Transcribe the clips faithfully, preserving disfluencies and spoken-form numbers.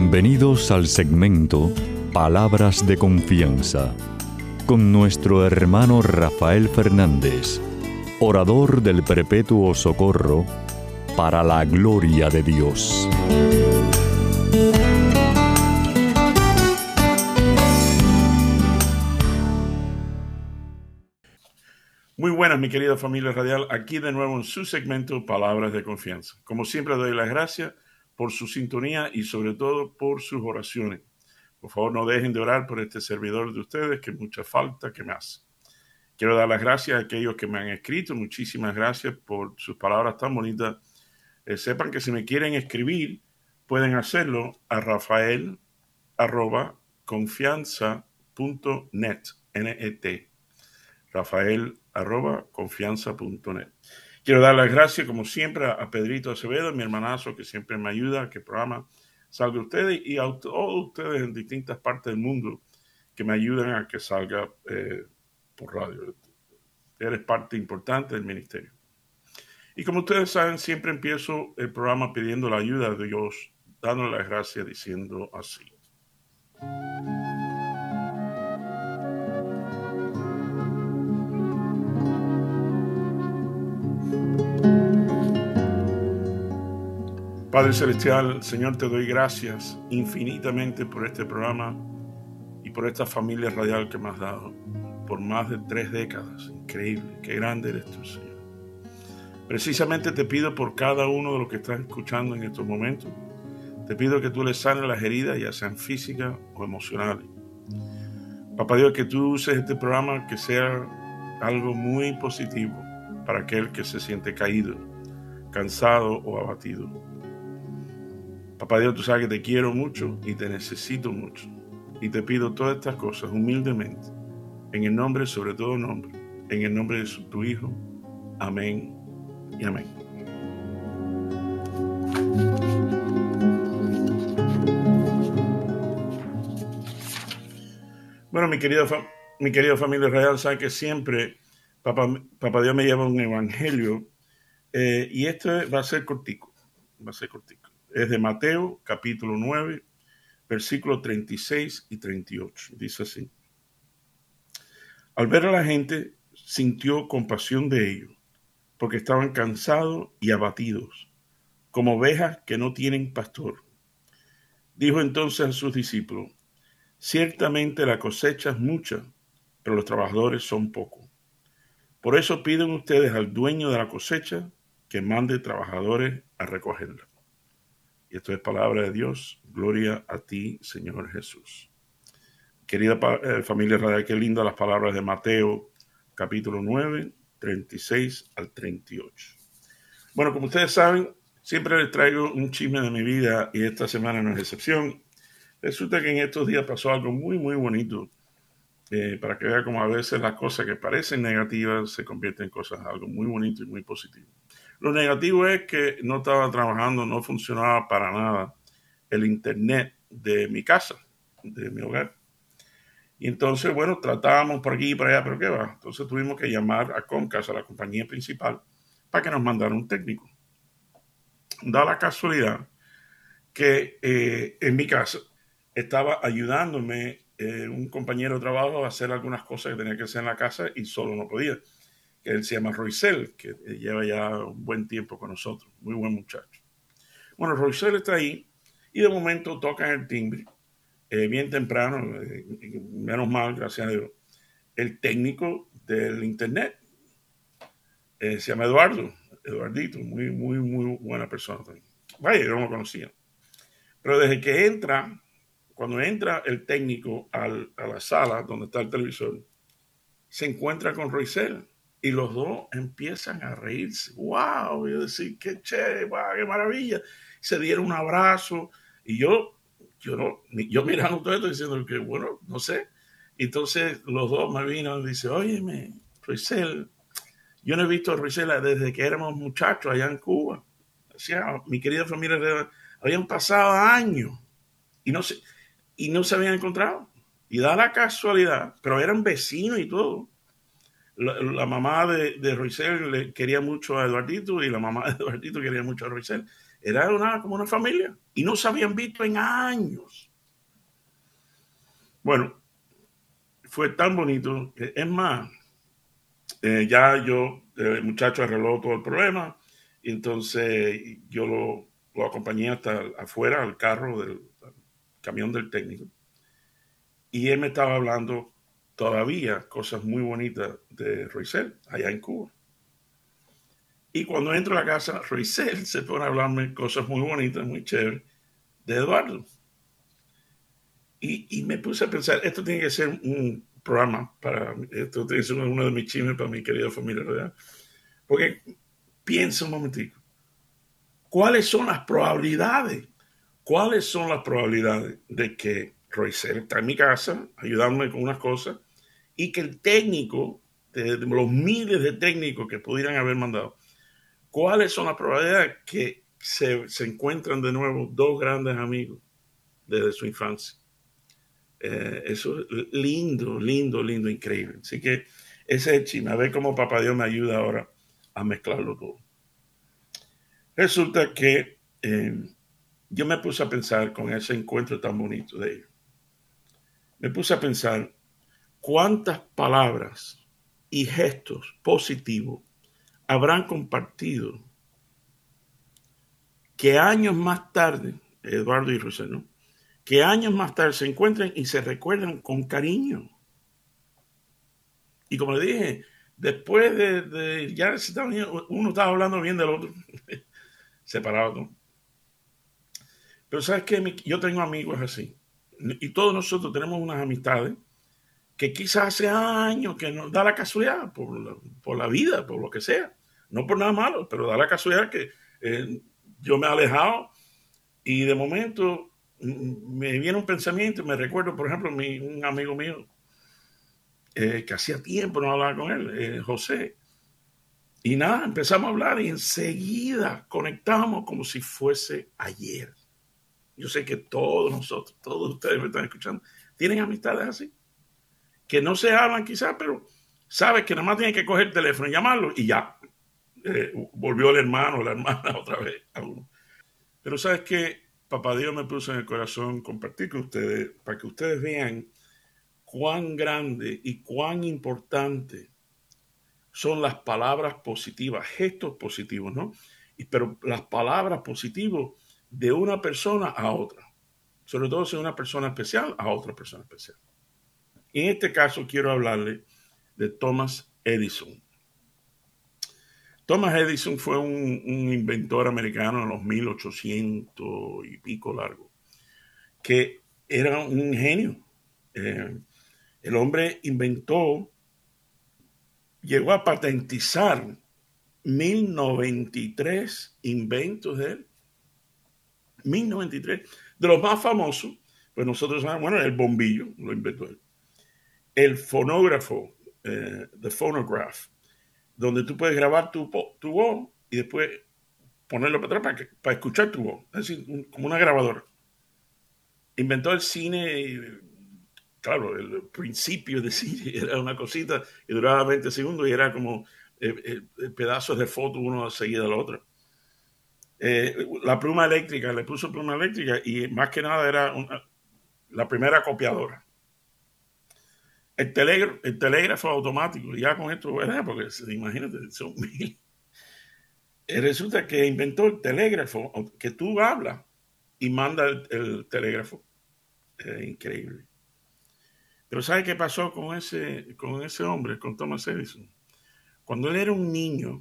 Bienvenidos al segmento Palabras de Confianza con nuestro hermano Rafael Fernández, orador del Perpetuo Socorro, para la gloria de Dios. Muy buenas, mi querida familia radial, aquí de nuevo en su segmento Palabras de Confianza. Como siempre, doy las gracias por su sintonía y sobre todo por sus oraciones. Por favor, no dejen de orar por este servidor de ustedes, que mucha falta que me hace. Quiero dar las gracias a aquellos que me han escrito. Muchísimas gracias por sus palabras tan bonitas. Eh, sepan que si me quieren escribir, pueden hacerlo a rafael arroba confianza punto net, N E T. Rafael arroba confianza punto net. Quiero dar las gracias, como siempre, a Pedrito Acevedo, mi hermanazo, que siempre me ayuda a que el programa salga a ustedes, y a todos ustedes en distintas partes del mundo que me ayudan a que salga eh, por radio. Eres parte importante del ministerio. Y como ustedes saben, siempre empiezo el programa pidiendo la ayuda de Dios, dándole las gracias, diciendo así. Padre Celestial, Señor, te doy gracias infinitamente por este programa y por esta familia radial que me has dado por más de tres décadas. Increíble, qué grande eres tú, Señor. Precisamente te pido por cada uno de los que están escuchando en estos momentos. Te pido que tú les sanes las heridas, ya sean físicas o emocionales. Papá Dios, que tú uses este programa que sea algo muy positivo para aquel que se siente caído, cansado o abatido. Papá Dios, tú sabes que te quiero mucho y te necesito mucho. Y te pido todas estas cosas humildemente, en el nombre, sobre todo nombre, en el nombre de tu Hijo. Amén y amén. Bueno, mi querida, fa- mi querida familia real, sabe que siempre Papá, Papá Dios me lleva un evangelio eh, y este va a ser cortico, va a ser cortico. Es de Mateo, capítulo nueve, versículos treinta y seis y treinta y ocho. Dice así: Al ver a la gente, sintió compasión de ellos, porque estaban cansados y abatidos, como ovejas que no tienen pastor. Dijo entonces a sus discípulos: Ciertamente la cosecha es mucha, pero los trabajadores son pocos. Por eso piden ustedes al dueño de la cosecha que mande trabajadores a recogerla. Y esto es palabra de Dios. Gloria a ti, Señor Jesús. Querida eh, familia radial, qué lindas las palabras de Mateo, capítulo nueve, treinta y seis al treinta y ocho. Bueno, como ustedes saben, siempre les traigo un chisme de mi vida y esta semana no es excepción. Resulta que en estos días pasó algo muy, muy bonito. Eh, para que vean cómo a veces las cosas que parecen negativas se convierten en cosas algo muy bonito y muy positivo. Lo negativo es que no estaba trabajando, no funcionaba para nada el internet de mi casa, de mi hogar. Y entonces, bueno, tratábamos por aquí y por allá, pero ¿qué va? Entonces tuvimos que llamar a Comcast, a la compañía principal, para que nos mandara un técnico. Da la casualidad que eh, en mi casa estaba ayudándome eh, un compañero de trabajo a hacer algunas cosas que tenía que hacer en la casa y solo no podía. Que él se llama Roisel, que lleva ya un buen tiempo con nosotros, muy buen muchacho. Bueno, Roisel está ahí y de momento tocan el timbre, eh, bien temprano, eh, menos mal, gracias a Dios, el técnico del internet. Eh, se llama Eduardo, Eduardito, muy, muy, muy buena persona también. Vaya, yo no lo conocía. Pero desde que entra, cuando entra el técnico al, a la sala donde está el televisor, se encuentra con Roisel y los dos empiezan a reírse. ¡Wow! Yo decía, qué chévere, wow, qué maravilla. Se dieron un abrazo y yo, yo, no, yo mirando todo esto diciendo que, bueno, no sé. Entonces los dos me vino y dicen, óyeme, Roisel, yo no he visto a Roisel desde que éramos muchachos allá en Cuba. O sea, mi querida familia, habían pasado años y no se, y no se habían encontrado. Y da la casualidad, pero eran vecinos y todo. La, la mamá de, de Roisel le quería mucho a Eduardito y la mamá de Eduardito quería mucho a Roisel. era una, como una familia y no se habían visto en años. Bueno, fue tan bonito. Es más, eh, ya yo, el muchacho arregló todo el problema y entonces yo lo, lo acompañé hasta afuera al carro del al camión del técnico. Y él me estaba hablando todavía cosas muy bonitas de Roisel allá en Cuba. Y cuando entro a la casa, Roisel se pone a hablarme cosas muy bonitas, muy chéveres de Eduardo. Y, y me puse a pensar, esto tiene que ser un programa para, esto tiene que ser uno de mis chismes para mi querida familia, ¿verdad? Porque piensa un momentico, ¿cuáles son las probabilidades? ¿Cuáles son las probabilidades de que Roisel está en mi casa ayudándome con unas cosas y que el técnico, de, de los miles de técnicos que pudieran haber mandado, cuáles son las probabilidades que se, se encuentran de nuevo dos grandes amigos desde su infancia? Eh, eso es lindo, lindo, lindo, increíble. Así que ese es el chisme. A ver cómo Papá Dios me ayuda ahora a mezclarlo todo. Resulta que eh, yo me puse a pensar con ese encuentro tan bonito de ellos. Me puse a pensar cuántas palabras y gestos positivos habrán compartido que años más tarde, Eduardo y Roisel, ¿no? Que años más tarde se encuentren y se recuerdan con cariño. Y como le dije, después de, de ya uno estaba hablando bien del otro, separado, ¿no? Pero ¿sabes qué? Yo tengo amigos así. Y todos nosotros tenemos unas amistades que quizás hace años que nos da la casualidad por la, por la vida, por lo que sea. No por nada malo, pero da la casualidad que eh, yo me he alejado y de momento me viene un pensamiento, me recuerdo, por ejemplo, mi, un amigo mío eh, que hacía tiempo no hablaba con él, eh, José. Y nada, empezamos a hablar y enseguida conectamos como si fuese ayer. Yo sé que todos nosotros, todos ustedes me están escuchando, tienen amistades así, que no se hablan quizás, pero sabes que nada más tienen que coger el teléfono y llamarlo y ya. Eh, volvió el hermano o la hermana otra vez a uno. Pero sabes que Papá Dios me puso en el corazón compartir con ustedes para que ustedes vean cuán grande y cuán importante son las palabras positivas, gestos positivos, ¿no? Y, pero las palabras positivas de una persona a otra, sobre todo si es una persona especial a otra persona especial. Y en este caso quiero hablarle de Thomas Edison. Thomas Edison fue un, un inventor americano en los mil ochocientos y pico largo, que era un genio. Eh, el hombre inventó, llegó a patentizar mil noventa y tres inventos de él. mil noventa y tres. De los más famosos, pues nosotros sabemos, bueno, el bombillo lo inventó él. El fonógrafo, eh, the phonograph, donde tú puedes grabar tu, tu voz y después ponerlo para atrás para, que, para escuchar tu voz. Es decir, un, como una grabadora. Inventó el cine, claro, el principio de cine era una cosita y duraba veinte segundos y era como eh, eh, pedazos de foto uno seguido del otro. Eh, la pluma eléctrica, le puso pluma eléctrica y más que nada era una, la primera copiadora. El, telégrafo, el telégrafo automático, ya con esto, ¿verdad? Porque imagínate, son mil. Eh, resulta que inventó el telégrafo, que tú hablas y manda el, el telégrafo. Eh, increíble. Pero ¿sabe qué pasó con ese, con ese hombre, con Thomas Edison? Cuando él era un niño,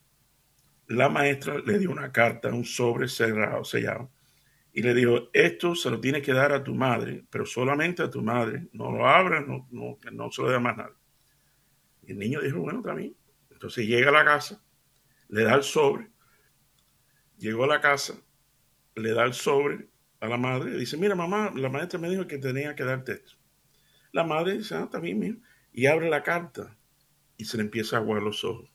la maestra le dio una carta, un sobre cerrado, sellado, y le dijo, esto se lo tienes que dar a tu madre, pero solamente a tu madre, no lo abras, no, no, no se lo dé a más nadie. Y el niño dijo, bueno, también. Entonces llega a la casa, le da el sobre, llegó a la casa, le da el sobre a la madre, y dice, mira mamá, la maestra me dijo que tenía que darte esto. La madre dice, ah, está bien, mío, y abre la carta, y se le empieza a aguar los ojos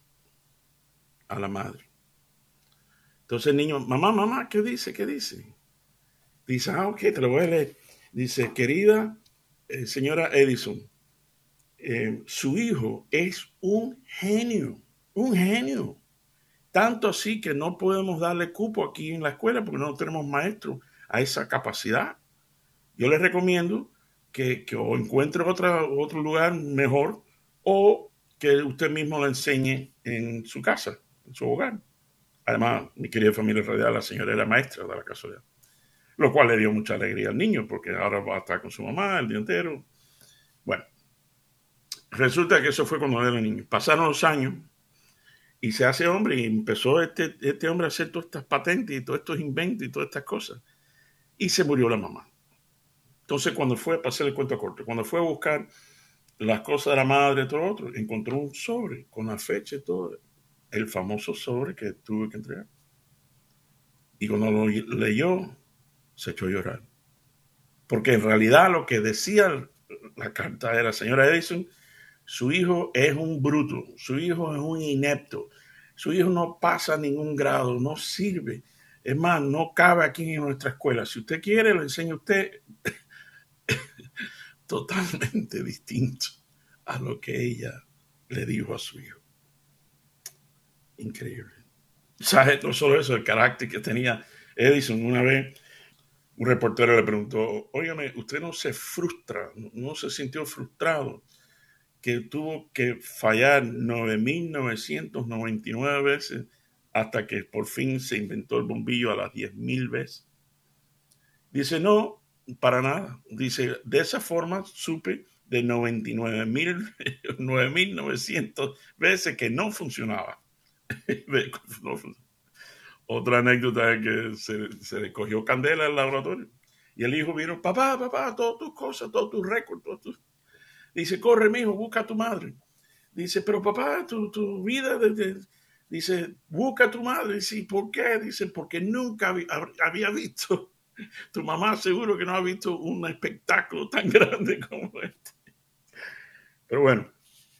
a la madre. Entonces el niño, mamá, mamá, ¿qué dice? ¿Qué dice? Dice, ah, ok, te lo voy a leer. Dice, querida eh, señora Edison, eh, su hijo es un genio, un genio. Tanto así que no podemos darle cupo aquí en la escuela porque no tenemos maestros a esa capacidad. Yo les recomiendo que, que o encuentre otra, otro lugar mejor o que usted mismo la enseñe en su casa, en su hogar. Además, mi querida familia radial, la señora era maestra de la casualidad, lo cual le dio mucha alegría al niño porque ahora va a estar con su mamá el día entero. Bueno, resulta que eso fue cuando era niño. Pasaron los años y se hace hombre y empezó este, este hombre a hacer todas estas patentes y todos estos inventos y todas estas cosas. Y se murió la mamá. Entonces, cuando fue, para hacer el cuento corto, cuando fue a buscar las cosas de la madre y todo lo otro, encontró un sobre con la fecha y todo, el famoso sobre que tuve que entregar. Y cuando lo leyó, se echó a llorar. Porque en realidad lo que decía la carta era, señora Edison, su hijo es un bruto, su hijo es un inepto, su hijo no pasa ningún grado, no sirve. Es más, no cabe aquí en nuestra escuela. Si usted quiere, lo enseña usted totalmente distinto a lo que ella le dijo a su hijo. Increíble. ¿Sabes? No solo eso, el carácter que tenía Edison. Una vez un reportero le preguntó, óigame, ¿usted no se frustra, no se sintió frustrado que tuvo que fallar nueve mil novecientos noventa y nueve veces hasta que por fin se inventó el bombillo a las diez mil veces? Dice, no, para nada. Dice, de esa forma supe de noventa y nueve mil novecientas veces que no funcionaba. no funcionaba. Otra anécdota es que se, se le cogió candela al laboratorio y el hijo vino, papá, papá, todas tus cosas, todos tus récords, todos tus... Dice, corre, mijo, busca a tu madre. Dice, pero papá, tu, tu vida, de, de... dice, busca a tu madre. Dice, ¿por qué? Dice, porque nunca había, había visto, tu mamá seguro que no ha visto un espectáculo tan grande como este. Pero bueno,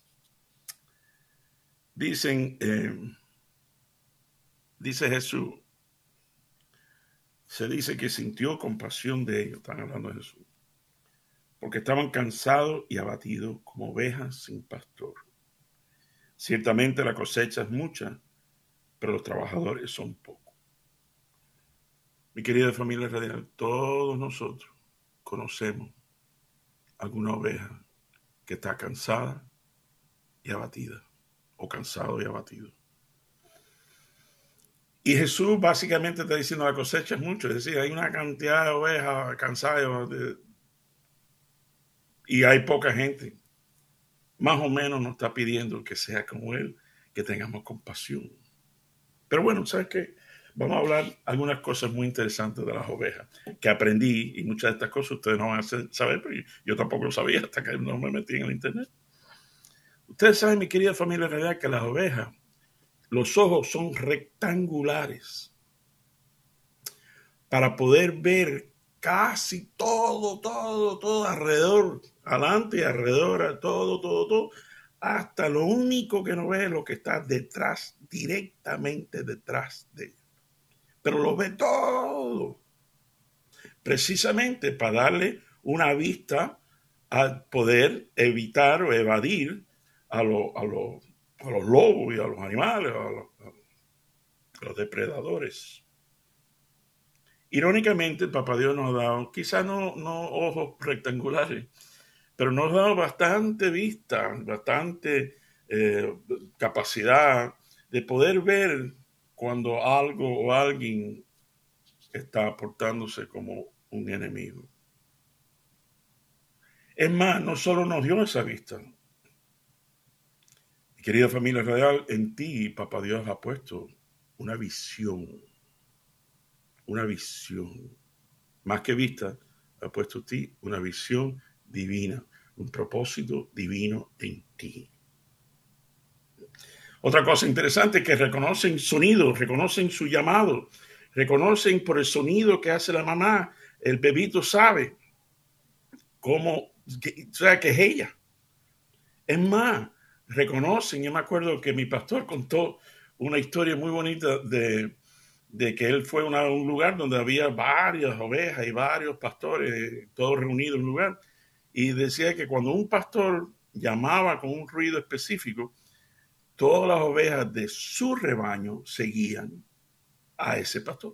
dicen, eh, dice Jesús, se dice que sintió compasión de ellos, están hablando de Jesús, porque estaban cansados y abatidos como ovejas sin pastor. Ciertamente la cosecha es mucha, pero los trabajadores son pocos. Mi querida familia radial, todos nosotros conocemos alguna oveja que está cansada y abatida, o cansado y abatido. Y Jesús básicamente está diciendo la cosecha es mucho, es decir, hay una cantidad de ovejas cansadas y hay poca gente. Más o menos nos está pidiendo que sea como Él, que tengamos compasión. Pero bueno, ¿sabes qué? Vamos a hablar algunas cosas muy interesantes de las ovejas que aprendí, y muchas de estas cosas ustedes no van a saber, pero yo tampoco lo sabía hasta que no me metí en el internet. Ustedes saben, mi querida familia real, que las ovejas, los ojos son rectangulares para poder ver casi todo, todo, todo alrededor, adelante y alrededor, todo, todo, todo, hasta lo único que no ve es lo que está detrás, directamente detrás de ella. Pero lo ve todo, precisamente para darle una vista a poder evitar o evadir a, lo, a, lo, a los lobos y a los animales, a los, a los depredadores. Irónicamente, el Papá Dios nos ha dado, quizás no, no ojos rectangulares, pero nos ha dado bastante vista, bastante eh, capacidad de poder ver cuando algo o alguien está portándose como un enemigo. Es más, no solo nos dio esa vista. Mi querida familia radial, en ti, Papá Dios ha puesto una visión. Una visión. Más que vista, ha puesto en ti una visión divina, un propósito divino en ti. Otra cosa interesante es que reconocen sonido, reconocen su llamado, reconocen por el sonido que hace la mamá, el bebito sabe cómo, que, o sea, que es ella. Es más, reconocen, yo me acuerdo que mi pastor contó una historia muy bonita de, de que él fue a un lugar donde había varias ovejas y varios pastores, todos reunidos en un lugar, y decía que cuando un pastor llamaba con un ruido específico, todas las ovejas de su rebaño seguían a ese pastor.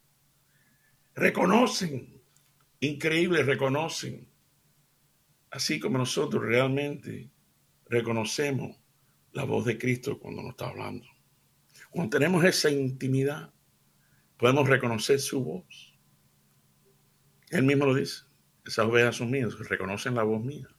Reconocen, increíble, reconocen, así como nosotros realmente reconocemos la voz de Cristo cuando nos está hablando. Cuando tenemos esa intimidad, podemos reconocer su voz. Él mismo lo dice, esas ovejas son mías, reconocen la voz mía.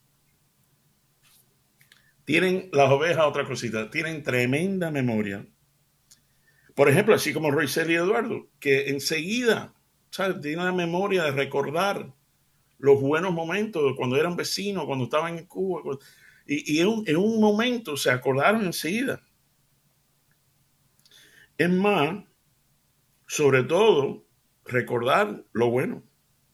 Tienen las ovejas, otra cosita, tienen tremenda memoria. Por ejemplo, así como Roisel y Eduardo, que enseguida, ¿sabes? Tienen la memoria de recordar los buenos momentos de cuando eran vecinos, cuando estaban en Cuba. Y, y en, un, en un momento se acordaron enseguida. Es más, sobre todo, recordar lo bueno.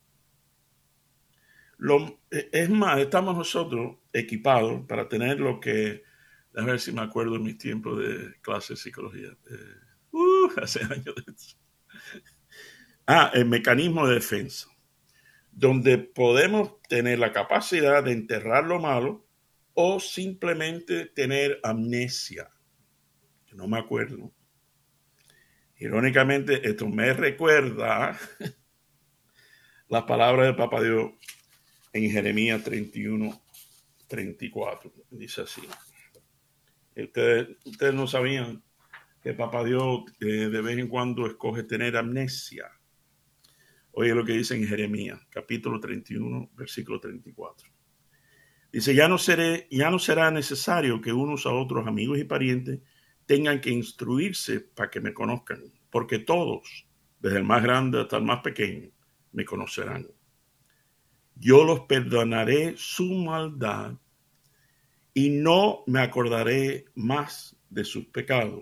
Lo, es más, estamos nosotros equipados para tener lo que, a ver si me acuerdo en mis tiempos de clase de psicología. Eh, uh, hace años de eso. Ah, el mecanismo de defensa, donde podemos tener la capacidad de enterrar lo malo o simplemente tener amnesia. No me acuerdo. Irónicamente, esto me recuerda las palabras de Papá Dios en Jeremías treinta y uno, treinta y cuatro. Dice así. Ustedes, ustedes no sabían que Papá Dios eh, de vez en cuando escoge tener amnesia. Oye lo que dice en Jeremías, capítulo treinta y uno, versículo treinta y cuatro. Dice, ya no, seré, ya no será necesario que unos a otros amigos y parientes tengan que instruirse para que me conozcan, porque todos, desde el más grande hasta el más pequeño, me conocerán. Yo los perdonaré su maldad y no me acordaré más de sus pecados.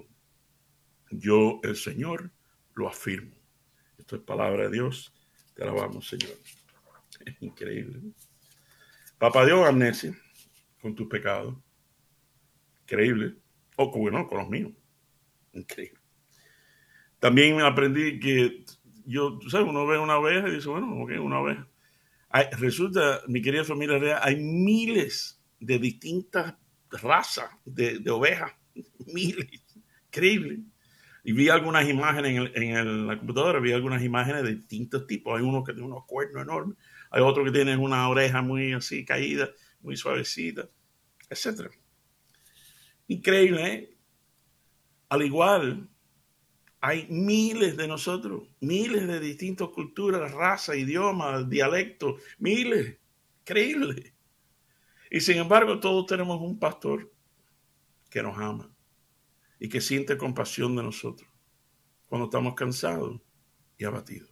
Yo, el Señor, lo afirmo. Esto es palabra de Dios. Te alabamos, Señor. Es increíble. Papá Dios, amnesia con tus pecados. Increíble. O bueno, con los míos. Increíble. También aprendí que yo, tú sabes, uno ve una oveja y dice, bueno, ok, una oveja. Hay, resulta, mi querida familia real, hay miles de distintas razas de, de ovejas. Miles. Increíble. Y vi algunas imágenes en, el, en el, la computadora, vi algunas imágenes de distintos tipos. Hay uno que tiene unos cuernos enormes, hay otro que tiene una oreja muy así caída, muy suavecita, etcétera. Increíble, ¿eh? Al igual, hay miles de nosotros, miles de distintas culturas, razas, idiomas, dialectos, miles. Increíble. Y sin embargo, todos tenemos un pastor que nos ama y que siente compasión de nosotros cuando estamos cansados y abatidos.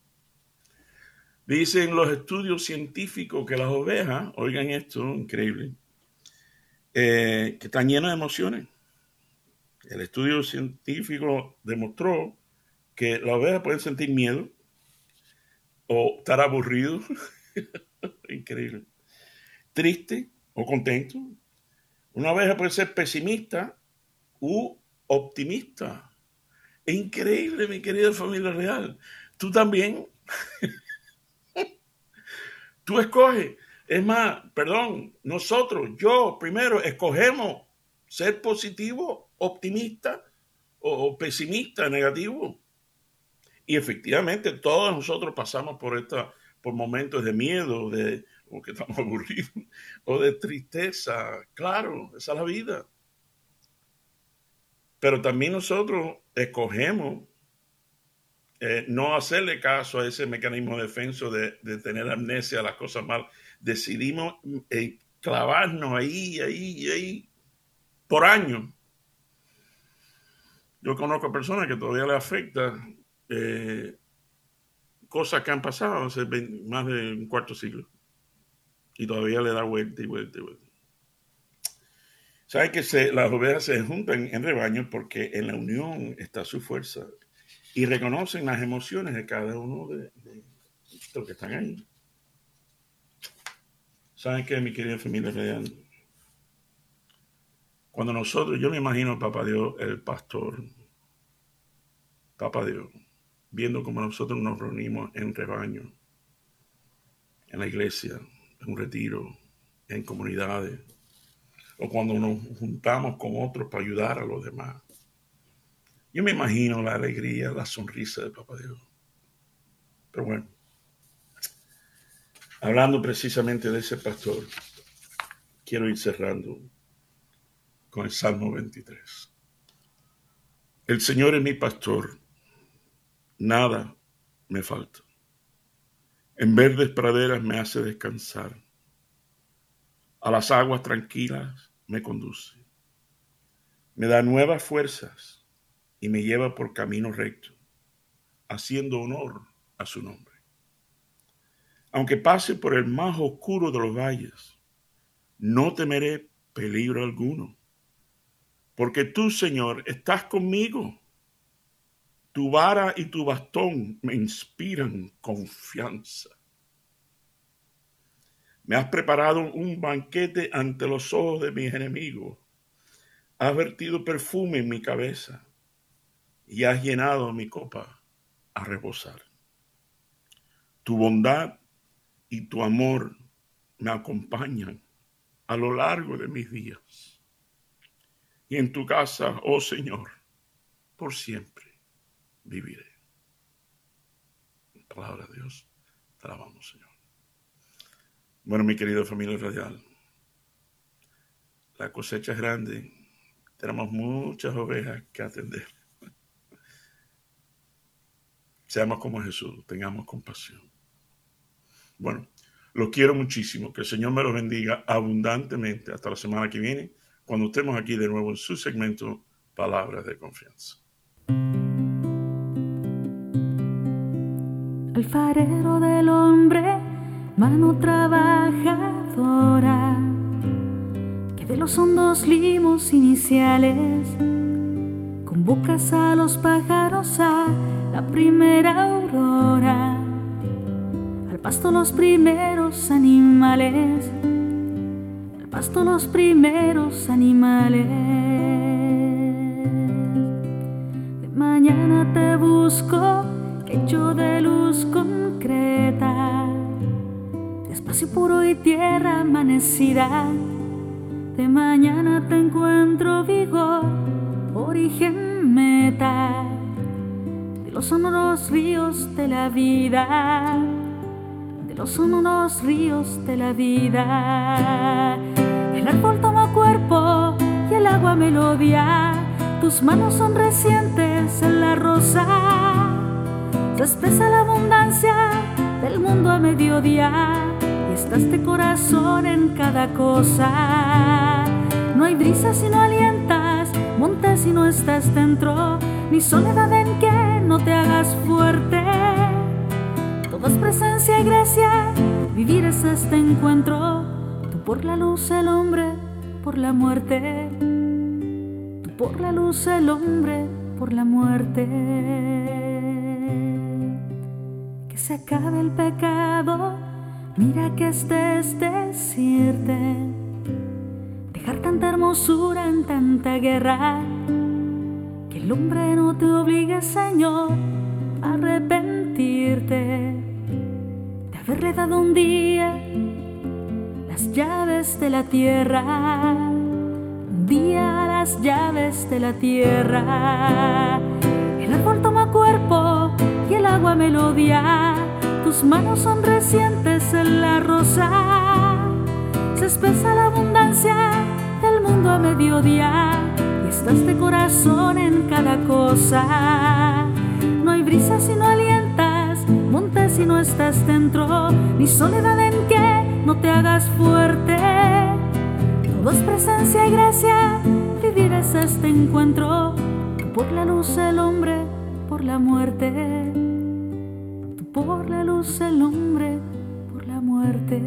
Dicen los estudios científicos que las ovejas, oigan esto, increíble, eh, que están llenas de emociones. El estudio científico demostró que las ovejas pueden sentir miedo o estar aburridos, increíble, triste o contento. Una oveja puede ser pesimista u optimista. Es increíble, mi querida familia real. Tú también. Tú escoges. Es más, perdón, nosotros, yo primero, escogemos ser positivo, optimista o, o pesimista, negativo. Y efectivamente todos nosotros pasamos por, esta, por momentos de miedo, de o que estamos aburridos, o de tristeza. Claro, esa es la vida. Pero también nosotros escogemos eh, no hacerle caso a ese mecanismo de defensa de, de tener amnesia a las cosas malas. Decidimos eh, clavarnos ahí, ahí, ahí, por años. Yo conozco personas que todavía le afecta eh, cosas que han pasado hace más de un cuarto siglo. Y todavía le da vuelta y vuelta y vuelta. ¿Sabe que se, las ovejas se juntan en rebaños porque en la unión está su fuerza? Y reconocen las emociones de cada uno de, de los que están ahí. ¿Saben qué, mi querida familia real? Cuando nosotros, yo me imagino a Papá Dios, el pastor, Papá Dios, viendo cómo nosotros nos reunimos en rebaño, en la iglesia, en un retiro, en comunidades, o cuando nos juntamos con otros para ayudar a los demás. Yo me imagino la alegría, la sonrisa de Papá Dios. Pero bueno, hablando precisamente de ese pastor, quiero ir cerrando con el Salmo veintitrés. El Señor es mi pastor, nada me falta. En verdes praderas me hace descansar. A las aguas tranquilas me conduce. Me da nuevas fuerzas y me lleva por camino recto, haciendo honor a su nombre. Aunque pase por el más oscuro de los valles, no temeré peligro alguno, porque tú, Señor, estás conmigo. Tu vara y tu bastón me inspiran confianza. Me has preparado un banquete ante los ojos de mis enemigos. Has vertido perfume en mi cabeza y has llenado mi copa a rebosar. Tu bondad y tu amor me acompañan a lo largo de mis días. Y en tu casa, oh Señor, por siempre viviré. Palabra de Dios, te alabamos, Señor. Bueno, mi querida familia radial, la cosecha es grande, tenemos muchas ovejas que atender. Seamos como Jesús, tengamos compasión. Bueno, los quiero muchísimo, que el Señor me los bendiga abundantemente hasta la semana que viene, cuando estemos aquí de nuevo en su segmento Palabras de Confianza. Alfarero del hombre, mano trabajadora, que de los hondos limos iniciales convocas a los pájaros a la primera aurora, al pasto los primeros animales, al pasto los primeros animales. De mañana te busco, hecho de luz concreta, de espacio puro y tierra amanecida. De mañana te encuentro vigor, origen, meta, de los sonoros ríos de la vida, de los sonoros ríos de la vida. El árbol toma cuerpo y el agua melodía, tus manos son recientes en la rosa. Se expresa la abundancia del mundo a mediodía y estás de corazón en cada cosa. No hay brisa si no alientas, monte si no estás dentro, ni soledad en que no te hagas fuerte. Todo es presencia y gracia, vivir es este encuentro. Tú por la luz, el hombre por la muerte. Tú por la luz, el hombre por la muerte. Se acabe el pecado, mira que este es decirte, dejar tanta hermosura en tanta guerra, que el hombre no te obligue, Señor, a arrepentirte de haberle dado un día las llaves de la tierra, un día las llaves de la tierra. El árbol toma cuerpo y el agua melodía, tus manos son recientes en la rosa. Se expresa la abundancia del mundo a mediodía y estás de corazón en cada cosa. No hay brisa si no alientas, monte si no estás dentro, ni soledad en que no te hagas fuerte. Todo es presencia y gracia, vivir es este encuentro. Tú por la luz, el hombre por la muerte. Tú por la luz, el hombre por la muerte.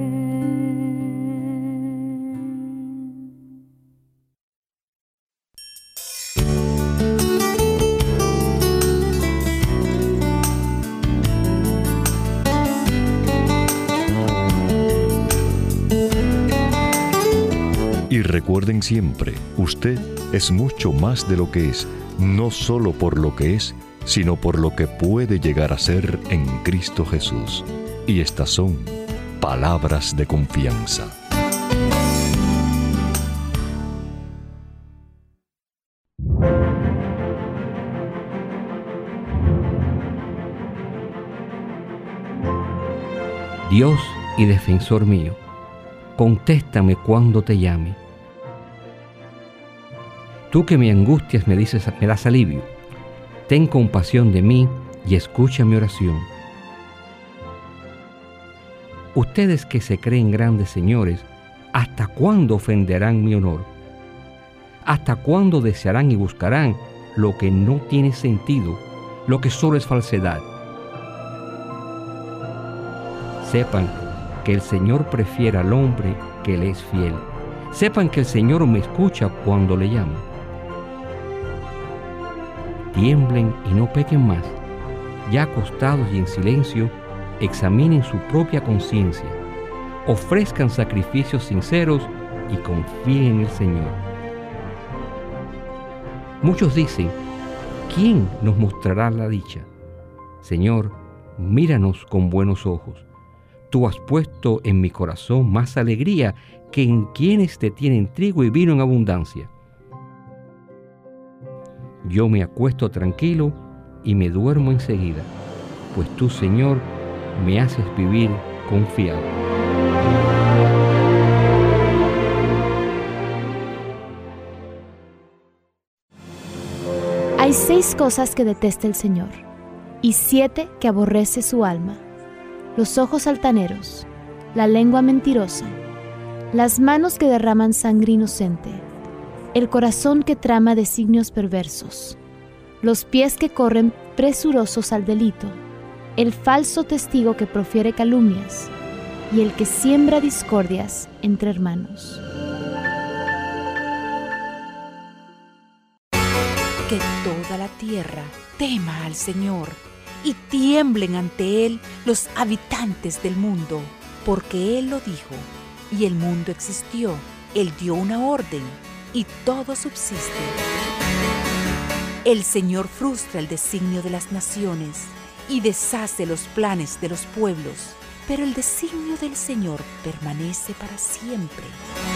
Y recuerden siempre, usted es mucho más de lo que es, no solo por lo que es, sino por lo que puede llegar a ser en Cristo Jesús. Y estas son palabras de confianza. Dios y defensor mío, contéstame cuando te llame. Tú que me angustias me dices, me das alivio. Ten compasión de mí y escucha mi oración. Ustedes que se creen grandes señores, ¿hasta cuándo ofenderán mi honor? ¿Hasta cuándo desearán y buscarán lo que no tiene sentido, lo que solo es falsedad? Sepan que el Señor prefiere al hombre que le es fiel. Sepan que el Señor me escucha cuando le llamo. Tiemblen y no pequen más. Ya acostados y en silencio, examinen su propia conciencia. Ofrezcan sacrificios sinceros y confíen en el Señor. Muchos dicen, ¿quién nos mostrará la dicha? Señor, míranos con buenos ojos. Tú has puesto en mi corazón más alegría que en quienes te tienen trigo y vino en abundancia. Yo me acuesto tranquilo y me duermo enseguida, pues tú, Señor, me haces vivir confiado. Hay seis cosas que detesta el Señor, y siete que aborrece su alma: los ojos altaneros, la lengua mentirosa, las manos que derraman sangre inocente, el corazón que trama designios perversos, los pies que corren presurosos al delito, el falso testigo que profiere calumnias y el que siembra discordias entre hermanos. Que toda la tierra tema al Señor y tiemblen ante Él los habitantes del mundo, porque Él lo dijo, y el mundo existió. Él dio una orden, y todo subsiste. El Señor frustra el designio de las naciones, y deshace los planes de los pueblos, pero el designio del Señor permanece para siempre.